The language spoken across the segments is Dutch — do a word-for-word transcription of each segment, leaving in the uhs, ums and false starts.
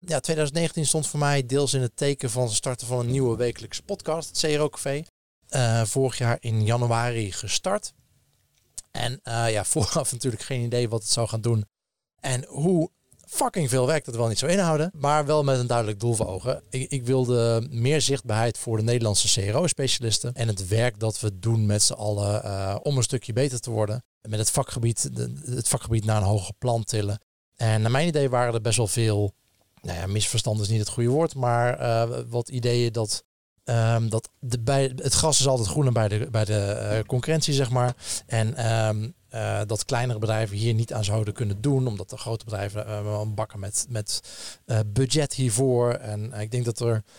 ja, twintig negentien stond voor mij deels in het teken van het starten van een nieuwe wekelijkse podcast, het C R O Café. Uh, vorig jaar in januari gestart. En uh, ja, vooraf natuurlijk geen idee wat het zou gaan doen. En hoe fucking veel werk dat wel niet zou inhouden. Maar wel met een duidelijk doel voor ogen. Ik, ik wilde meer zichtbaarheid voor de Nederlandse C R O-specialisten. En het werk dat we doen met z'n allen uh, om een stukje beter te worden. Met het vakgebied, de, het vakgebied naar een hoger plan tillen. En naar mijn idee waren er best wel veel, nou ja, misverstand is niet het goede woord. Maar uh, wat ideeën dat... Um, dat de, bij, het gras is altijd groener bij de, bij de uh, concurrentie, zeg maar. En um, uh, dat kleinere bedrijven hier niet aan zouden kunnen doen. Omdat de grote bedrijven uh, wel bakken met, met uh, budget hiervoor. En uh, ik denk dat er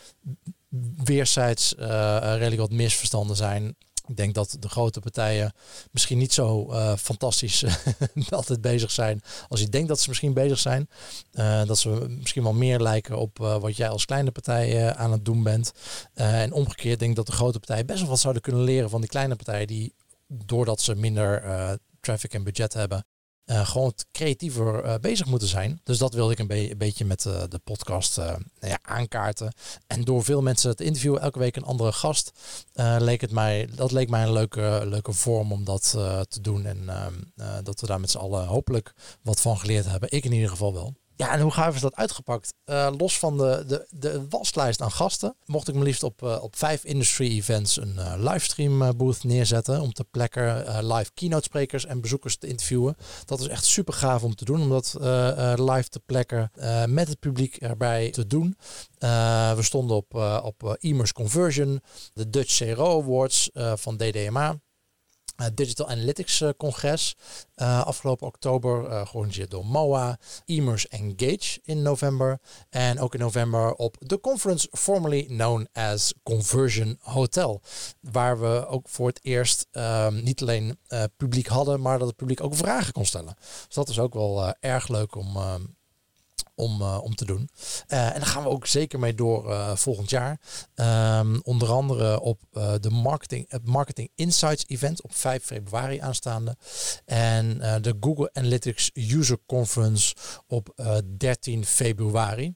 weerszijds uh, redelijk wat misverstanden zijn. Ik denk dat de grote partijen misschien niet zo uh, fantastisch altijd bezig zijn als je denkt dat ze misschien bezig zijn. Uh, dat ze misschien wel meer lijken op uh, wat jij als kleine partij uh, aan het doen bent. Uh, en omgekeerd denk ik dat de grote partijen best wel wat zouden kunnen leren van die kleine partijen die, doordat ze minder uh, traffic en budget hebben, Uh, gewoon creatiever uh, bezig moeten zijn. Dus dat wilde ik een, be- een beetje met uh, de podcast uh, nou ja, aankaarten. En door veel mensen te interviewen, elke week een andere gast, uh, leek het mij, dat leek mij een leuke, leuke vorm om dat uh, te doen. En uh, uh, dat we daar met z'n allen hopelijk wat van geleerd hebben. Ik in ieder geval wel. Ja, en hoe gaaf is dat uitgepakt? Uh, los van de, de, de waslijst aan gasten, mocht ik me liefst op, uh, op vijf industry events een uh, livestream uh, booth neerzetten. Om ter plekke uh, live keynote sprekers en bezoekers te interviewen. Dat is echt super gaaf om te doen. Om dat uh, uh, live ter plekke uh, met het publiek erbij te doen. Uh, we stonden op, uh, op uh, E-Mers Conversion, de Dutch C R O Awards uh, van D D M A. Uh, Digital Analytics uh, Congres uh, afgelopen oktober, uh, georganiseerd door M O A, E-Mers Engage in november en ook in november op de conference formerly known as Conversion Hotel, waar we ook voor het eerst uh, niet alleen uh, publiek hadden, maar dat het publiek ook vragen kon stellen. Dus dat is ook wel uh, erg leuk om... Uh, Om, uh, om te doen. Uh, en daar gaan we ook zeker mee door uh, volgend jaar. Um, onder andere op uh, de marketing, het Marketing Insights event op vijf februari aanstaande. En uh, de Google Analytics User Conference op uh, dertien februari.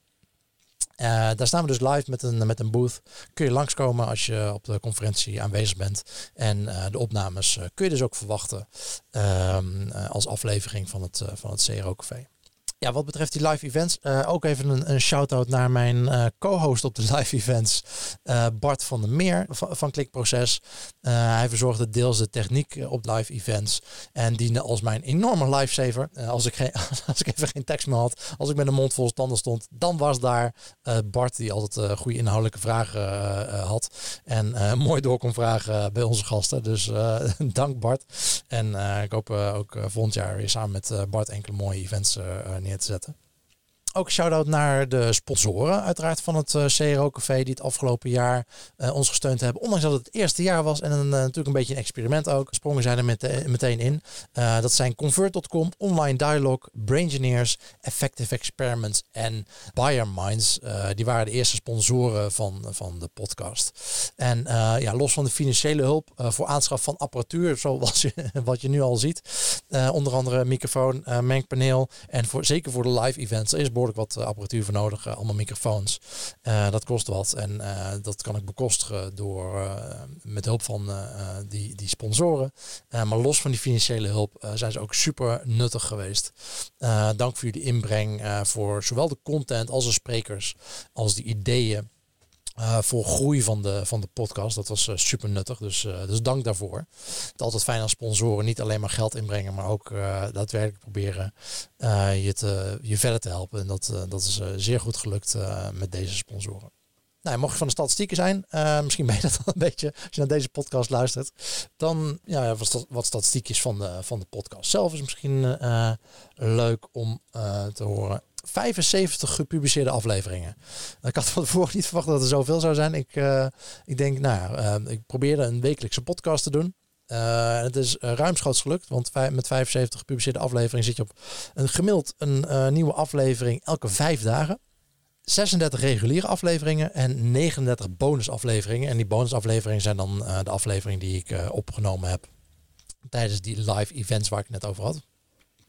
Uh, daar staan we dus live met een, met een booth. Kun je langskomen als je op de conferentie aanwezig bent. En uh, de opnames uh, kun je dus ook verwachten uh, uh, als aflevering van het, uh, van het C R O Café. Ja, wat betreft die live events, uh, ook even een, een shout-out naar mijn uh, co-host op de live events, uh, Bart van der Meer van, van Klikproces. Uh, hij verzorgde deels de techniek uh, op live events en diende als mijn enorme lifesaver. Uh, als, ik geen, als ik even geen tekst meer had, als ik met een mond vol tanden stond, dan was daar uh, Bart die altijd uh, goede inhoudelijke vragen uh, uh, had en uh, mooi door kon vragen bij onze gasten. Dus uh, dank Bart. En uh, ik hoop uh, ook uh, volgend jaar weer samen met uh, Bart enkele mooie events uh, neer te zetten. Ook shout-out naar de sponsoren uiteraard van het uh, C R O Café die het afgelopen jaar uh, ons gesteund hebben. Ondanks dat het het eerste jaar was en een, uh, natuurlijk een beetje een experiment ook. Sprongen zij er met, uh, meteen in. Uh, dat zijn Convert punt com, Online Dialogue, Braingineers, Effective Experiments en Buyer Minds. Uh, die waren de eerste sponsoren van, van de podcast. En uh, ja, los van de financiële hulp uh, voor aanschaf van apparatuur, zoals je, wat je nu al ziet. Uh, onder andere microfoon, uh, mengpaneel en voor, zeker voor de live events is behoorlijk wat apparatuur voor nodig. Uh, allemaal microfoons. Uh, dat kost wat. En uh, dat kan ik bekostigen door uh, met hulp van uh, die, die sponsoren. Uh, maar los van die financiële hulp uh, zijn ze ook super nuttig geweest. Uh, dank voor jullie inbreng uh, voor zowel de content als de sprekers als de ideeën. Uh, voor groei van de, van de podcast. Dat was uh, super nuttig. Dus, uh, dus dank daarvoor. Het is altijd fijn als sponsoren niet alleen maar geld inbrengen, maar ook uh, daadwerkelijk proberen uh, je, te, je verder te helpen. En dat, uh, dat is uh, zeer goed gelukt uh, met deze sponsoren. Nou, mocht je van de statistieken zijn, uh, misschien ben je dat wel een beetje als je naar deze podcast luistert. Dan ja, wat, wat statistiekjes van de, van de podcast zelf is misschien uh, leuk om uh, te horen. vijfenzeventig gepubliceerde afleveringen. Ik had van tevoren niet verwacht dat er zoveel zou zijn. Ik, uh, ik denk, nou ja, uh, ik probeerde een wekelijkse podcast te doen. Uh, het is uh, ruimschoots gelukt, want vij- met vijfenzeventig gepubliceerde afleveringen zit je op een gemiddeld een uh, nieuwe aflevering elke vijf dagen. zesendertig reguliere afleveringen en negenendertig bonusafleveringen. En die bonusafleveringen zijn dan uh, de afleveringen die ik uh, opgenomen heb tijdens die live events waar ik het net over had.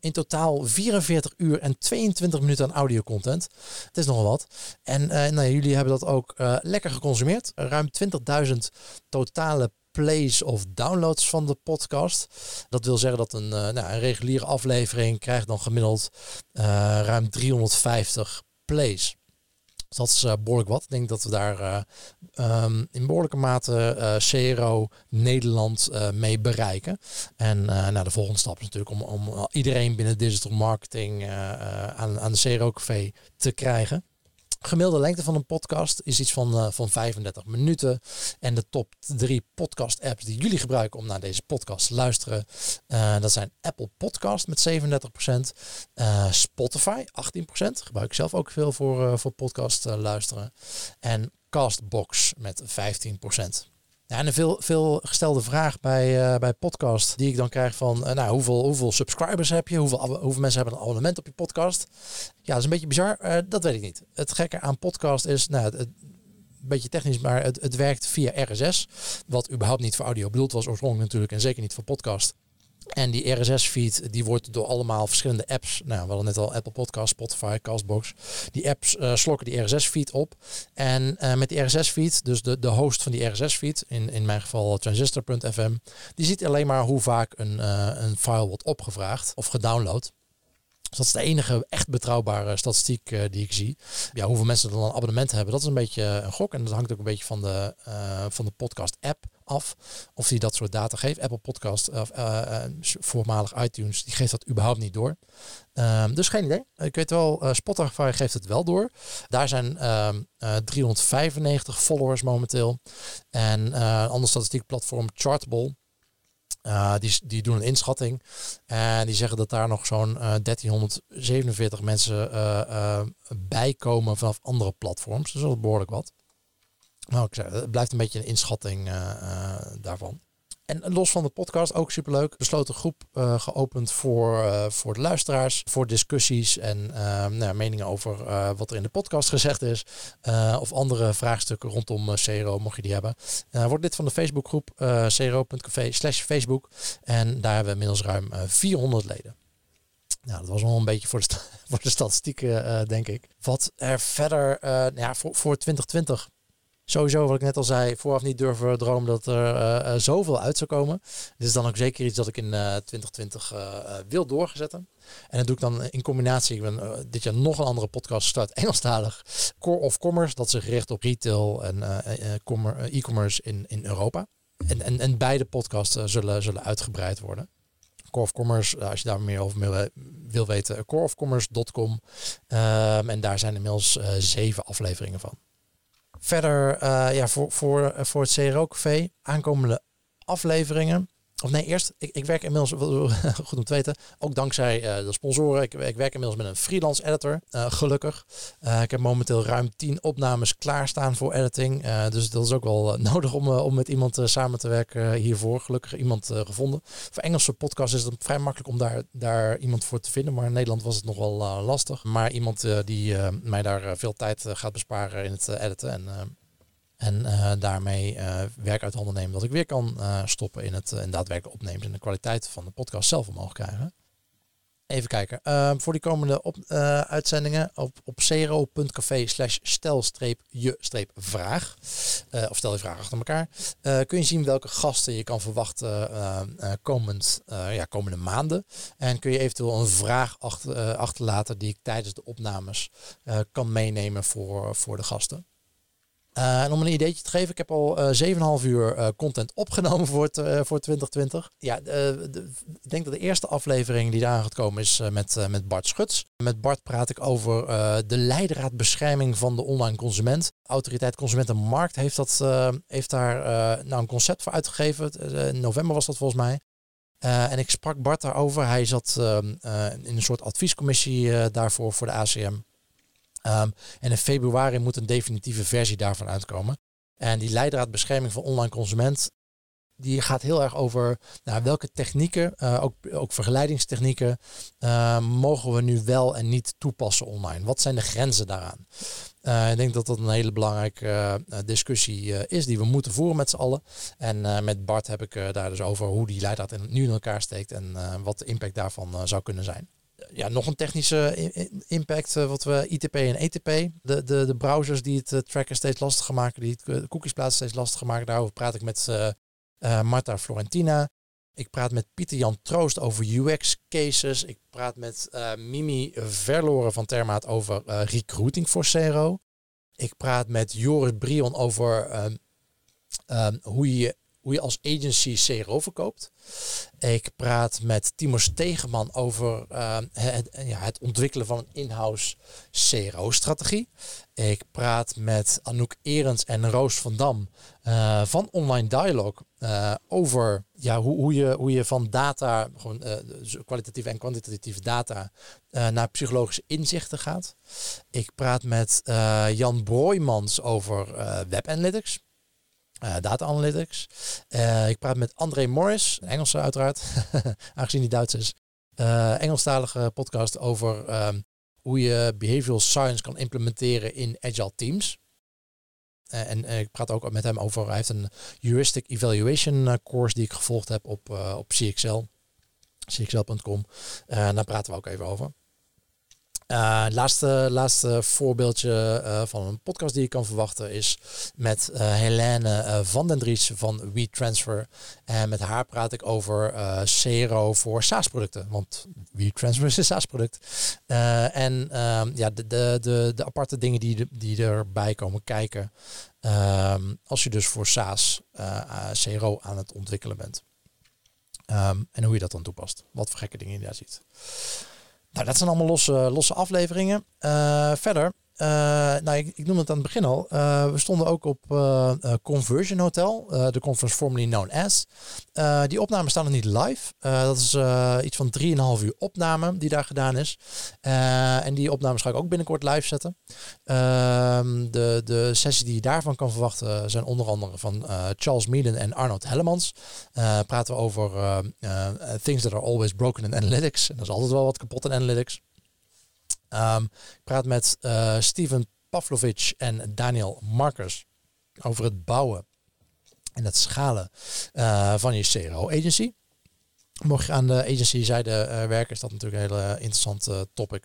in totaal vierenveertig uur en tweeëntwintig minuten aan audiocontent. Het is nogal wat. En uh, nou ja, jullie hebben dat ook uh, lekker geconsumeerd. Ruim twintigduizend totale plays of downloads van de podcast. Dat wil zeggen dat een, uh, nou, een reguliere aflevering krijgt dan gemiddeld uh, ruim driehonderdvijftig plays. Dus dat is uh, behoorlijk wat. Ik denk dat we daar uh, um, in behoorlijke mate uh, C R O Nederland uh, mee bereiken. En uh, nou, de volgende stap is natuurlijk om, om iedereen binnen digital marketing uh, uh, aan, aan de C R O-café te krijgen. Gemiddelde lengte van een podcast is iets van, uh, van vijfendertig minuten. En de top drie podcast apps die jullie gebruiken om naar deze podcast te luisteren. Uh, dat zijn Apple Podcast met zevenendertig procent. Uh, Spotify achttien procent. Gebruik ik zelf ook veel voor, uh, voor podcast uh, luisteren. En Castbox met vijftien procent. Ja, en een veel, veel gestelde vraag bij, uh, bij podcast die ik dan krijg van, uh, nou, hoeveel, hoeveel subscribers heb je? Hoeveel, hoeveel mensen hebben een abonnement op je podcast? Ja, dat is een beetje bizar. Uh, dat weet ik niet. Het gekke aan podcast is, nou, het, het, een beetje technisch, maar het, het werkt via R S S. Wat überhaupt niet voor audio bedoeld was oorspronkelijk natuurlijk en zeker niet voor podcast. En die R S S-feed die wordt door allemaal verschillende apps, nou we hadden net al Apple Podcast, Spotify, Castbox. Die apps uh, slokken die R S S-feed op. En uh, met die R S S-feed, dus de, de host van die R S S-feed, in, in mijn geval transistor punt f m, die ziet alleen maar hoe vaak een, uh, een file wordt opgevraagd of gedownload. Dus dat is de enige echt betrouwbare statistiek uh, die ik zie. Ja, hoeveel mensen dan een abonnement hebben, dat is een beetje een gok. En dat hangt ook een beetje van de, uh, van de podcast-app af. Of die dat soort data geeft. Apple Podcast, of uh, uh, voormalig iTunes, die geeft dat überhaupt niet door. Um, dus geen idee. Ik weet wel, uh, Spotify geeft het wel door. Daar zijn um, uh, driehonderdvijfennegentig followers momenteel. En uh, een ander statistiekplatform, Chartable, Uh, die, die doen een inschatting en die zeggen dat daar nog zo'n uh, dertienhonderdzevenenveertig mensen uh, uh, bijkomen vanaf andere platforms. Dus dat is behoorlijk wat. Nou, ik zeg, het blijft een beetje een inschatting uh, uh, daarvan. En los van de podcast, ook superleuk, besloten groep uh, geopend voor, uh, voor de luisteraars, voor discussies en uh, nou, meningen over uh, wat er in de podcast gezegd is. Uh, of andere vraagstukken rondom uh, C R O, mocht je die hebben. Uh, word lid van de Facebookgroep uh, c r o punt café slash Facebook. En daar hebben we inmiddels ruim uh, vierhonderd leden. Nou, dat was wel een beetje voor de, sta- voor de statistieken, uh, denk ik. Wat er verder, uh, nou ja, voor, voor twintig twintig... Sowieso, wat ik net al zei, vooraf niet durven dromen dat er uh, uh, zoveel uit zou komen. Dit is dan ook zeker iets dat ik in uh, twintig twintig uh, uh, wil doorzetten. En dat doe ik dan in combinatie. Ik ben uh, dit jaar nog een andere podcast gestart, Engelstalig. Core of Commerce, dat zich richt op retail en uh, uh, commer- uh, e-commerce in, in Europa. En, en, en beide podcasts uh, zullen, zullen uitgebreid worden. Core of Commerce, uh, als je daar meer over wil, wil weten, core of commerce punt com. Um, en daar zijn inmiddels uh, zeven afleveringen van. Verder, uh, ja, voor, voor, voor het C R O-café, aankomende afleveringen. Of nee, eerst, ik, ik werk inmiddels, goed om te weten, ook dankzij uh, de sponsoren. Ik, ik werk inmiddels met een freelance editor, uh, gelukkig. Uh, ik heb momenteel ruim tien opnames klaarstaan voor editing. Uh, dus dat is ook wel uh, nodig om, uh, om met iemand uh, samen te werken uh, hiervoor. Gelukkig iemand uh, gevonden. Voor Engelse podcasts is het vrij makkelijk om daar, daar iemand voor te vinden. Maar in Nederland was het nog wel uh, lastig. Maar iemand uh, die uh, mij daar uh, veel tijd uh, gaat besparen in het uh, editen. En, uh, En uh, daarmee uh, werk uit handen nemen dat ik weer kan uh, stoppen in het uh, in daadwerkelijk opnemen en de kwaliteit van de podcast zelf omhoog krijgen. Even kijken. Uh, voor die komende op, uh, uitzendingen op, op cro.café slash stel-je-vraag. Uh, of stel je vraag achter elkaar. Uh, kun je zien welke gasten je kan verwachten uh, uh, komend, uh, ja, komende maanden. En kun je eventueel een vraag achter, uh, achterlaten die ik tijdens de opnames uh, kan meenemen voor, voor de gasten. Uh, en om een ideetje te geven, ik heb al uh, zeven komma vijf uur uh, content opgenomen voor, t, uh, voor twintig twintig. Ja, uh, de, ik denk dat de eerste aflevering die daar gaat komen is uh, met, uh, met Bart Schuts. Met Bart praat ik over uh, de leidraadbescherming van de online consument. Autoriteit Consumentenmarkt heeft, dat, uh, heeft daar uh, nou een concept voor uitgegeven. Uh, in november was dat volgens mij. Uh, en ik sprak Bart daarover. Hij zat uh, uh, in een soort adviescommissie uh, daarvoor voor de A C M. Um, en in februari moet een definitieve versie daarvan uitkomen. En die leidraadbescherming van online consument, Die gaat heel erg over nou, welke technieken, uh, ook, ook vergeleidingstechnieken, uh, mogen we nu wel en niet toepassen online. Wat zijn de grenzen daaraan? Uh, ik denk dat dat een hele belangrijke uh, discussie uh, is die we moeten voeren met z'n allen. En uh, met Bart heb ik uh, daar dus over hoe die leidraad in, nu in elkaar steekt en uh, wat de impact daarvan uh, zou kunnen zijn. Ja, nog een technische impact, uh, wat we I T P en E T P, de, de, de browsers die het uh, tracken steeds lastiger maken, die het uh, cookies plaatsen steeds lastiger maken. Daarover praat ik met uh, uh, Marta Florentina. Ik praat met Pieter Jan Troost over U X cases. Ik praat met uh, Mimi Verloren van Termaat over uh, recruiting voor C R O. Ik praat met Joris Brion over um, um, hoe je hoe je als agency C R O verkoopt. Ik praat met Timo Stegeman over uh, het, ja, het ontwikkelen van een in-house C R O-strategie. Ik praat met Anouk Erens en Roos van Dam uh, van Online Dialogue uh, over ja, hoe, hoe, je, hoe je van data, gewoon uh, kwalitatieve en kwantitatieve data, uh, naar psychologische inzichten gaat. Ik praat met uh, Jan Broijmans over uh, web analytics. Uh, data analytics. Uh, ik praat met André Morris, een Engelse uiteraard, aangezien hij Duits is. Uh, Engelstalige podcast over um, hoe je behavioral science kan implementeren in agile teams. Uh, en uh, ik praat ook met hem over, hij heeft een heuristic evaluation uh, course die ik gevolgd heb op, uh, op C X L, C X L punt com. Uh, daar praten we ook even over. Uh, laatste, laatste voorbeeldje uh, van een podcast die je kan verwachten is met uh, Helene uh, van den Dries van WeTransfer. En met haar praat ik over uh, C R O voor SaaS-producten, want WeTransfer is een SaaS-product. Uh, en uh, ja, de, de, de, de aparte dingen die, die erbij komen kijken uh, als je dus voor SaaS uh, C R O aan het ontwikkelen bent. Um, en hoe je dat dan toepast. Wat voor gekke dingen je daar ziet. Nou, dat zijn allemaal losse, losse afleveringen. Uh, verder, uh, nou, ik, ik noemde het aan het begin al. Uh, we stonden ook op uh, uh, Conversion Hotel, uh, de conference formerly known as. Uh, die opnames staan nog niet live. Uh, dat is uh, iets van drieënhalf uur opname die daar gedaan is. Uh, en die opnames ga ik ook binnenkort live zetten. Uh, de, de sessies die je daarvan kan verwachten zijn onder andere van uh, Charles Meaden en Arnoud Hellemans. Uh, praten we over uh, uh, things that are always broken in analytics. En dat is altijd wel wat kapot in analytics. Um, ik praat met uh, Steven Pavlovic en Daniel Marcus over het bouwen en het schalen uh, van je C R O-agency. Mocht je aan de agency-zijde uh, werken, is dat natuurlijk een hele interessant uh, topic.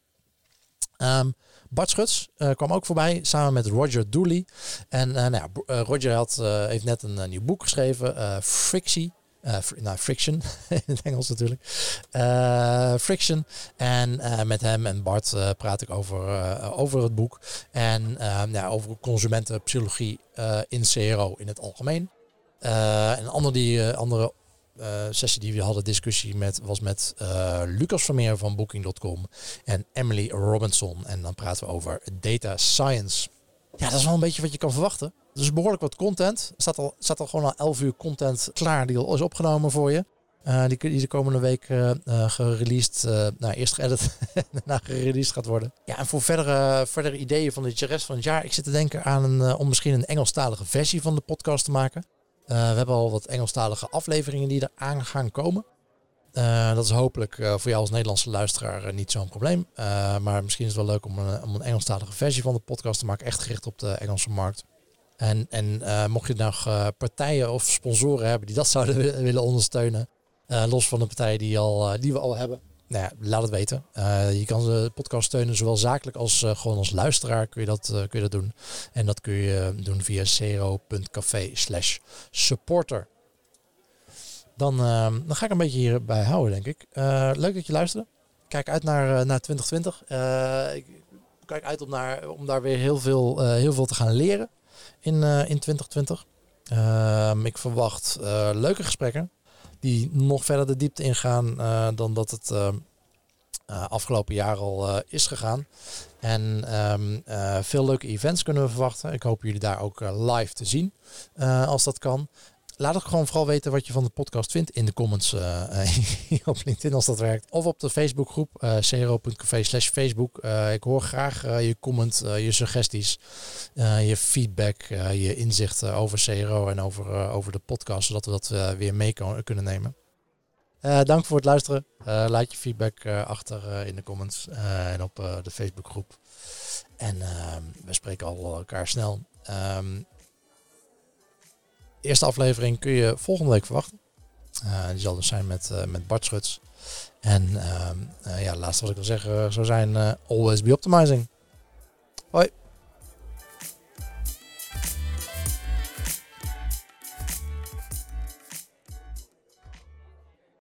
Um, Bart Schuts uh, kwam ook voorbij, samen met Roger Dooley. En uh, nou ja, uh, Roger had, uh, heeft net een, een nieuw boek geschreven, uh, Frictie. Uh, fr- nou, Friction, in het Engels natuurlijk. Uh, Friction. En uh, met hem en Bart uh, praat ik over, uh, over het boek. En uh, ja, over consumentenpsychologie uh, in C R O in het algemeen. Uh, en een andere, die, uh, andere uh, sessie die we hadden, discussie met, was met uh, Lucas Vermeer van Booking punt com en Emily Robinson. En dan praten we over data science. Ja, dat is wel een beetje wat je kan verwachten. Dus behoorlijk wat content. Er staat al, staat al gewoon al elf uur content klaar die al is opgenomen voor je. Uh, die, die de komende week uh, uh, gereleased, uh, nou eerst geëdit en daarna gereleased gaat worden. Ja, en voor verdere, verdere ideeën van de rest van het jaar. Ik zit te denken aan een, uh, om misschien een Engelstalige versie van de podcast te maken. Uh, we hebben al wat Engelstalige afleveringen die er aan gaan komen. Uh, dat is hopelijk uh, voor jou als Nederlandse luisteraar uh, niet zo'n probleem. Uh, maar misschien is het wel leuk om een, om een Engelstalige versie van de podcast te maken. Echt gericht op de Engelse markt. En, en uh, mocht je nog uh, partijen of sponsoren hebben die dat zouden w- willen ondersteunen. Uh, los van de partijen die, al, uh, die we al hebben. Nou ja, laat het weten. Uh, je kan de podcast steunen zowel zakelijk als uh, gewoon als luisteraar kun je, dat, uh, kun je dat doen. En dat kun je uh, doen via cro.café slash supporter. Dan, uh, dan ga ik een beetje hierbij houden, denk ik. Uh, leuk dat je luisterde. Kijk uit naar, uh, naar twintig twintig. Uh, ik kijk uit om, naar, om daar weer heel veel, uh, heel veel te gaan leren in, uh, in twintig twintig. Uh, ik verwacht uh, leuke gesprekken die nog verder de diepte ingaan uh, dan dat het uh, uh, afgelopen jaar al uh, is gegaan. En um, uh, veel leuke events kunnen we verwachten. Ik hoop jullie daar ook uh, live te zien uh, als dat kan. laat ook gewoon vooral weten wat je van de podcast vindt in de comments uh, op LinkedIn als dat werkt. Of op de Facebookgroep uh, c r o punt café slash Facebook. Uh, ik hoor graag uh, je comment, uh, je suggesties, uh, je feedback, uh, je inzichten over C R O en over, uh, over de podcast, zodat we dat uh, weer mee kon, kunnen nemen. Uh, dank voor het luisteren. Uh, laat je feedback uh, achter uh, in de comments uh, en op uh, de Facebookgroep. En uh, we spreken al elkaar snel. Um, de eerste aflevering kun je volgende week verwachten. Uh, die zal dus zijn met, uh, met Bart Schuts. En uh, uh, ja, laatste wat ik wil zeggen zou zijn, uh, always be optimizing. Hoi.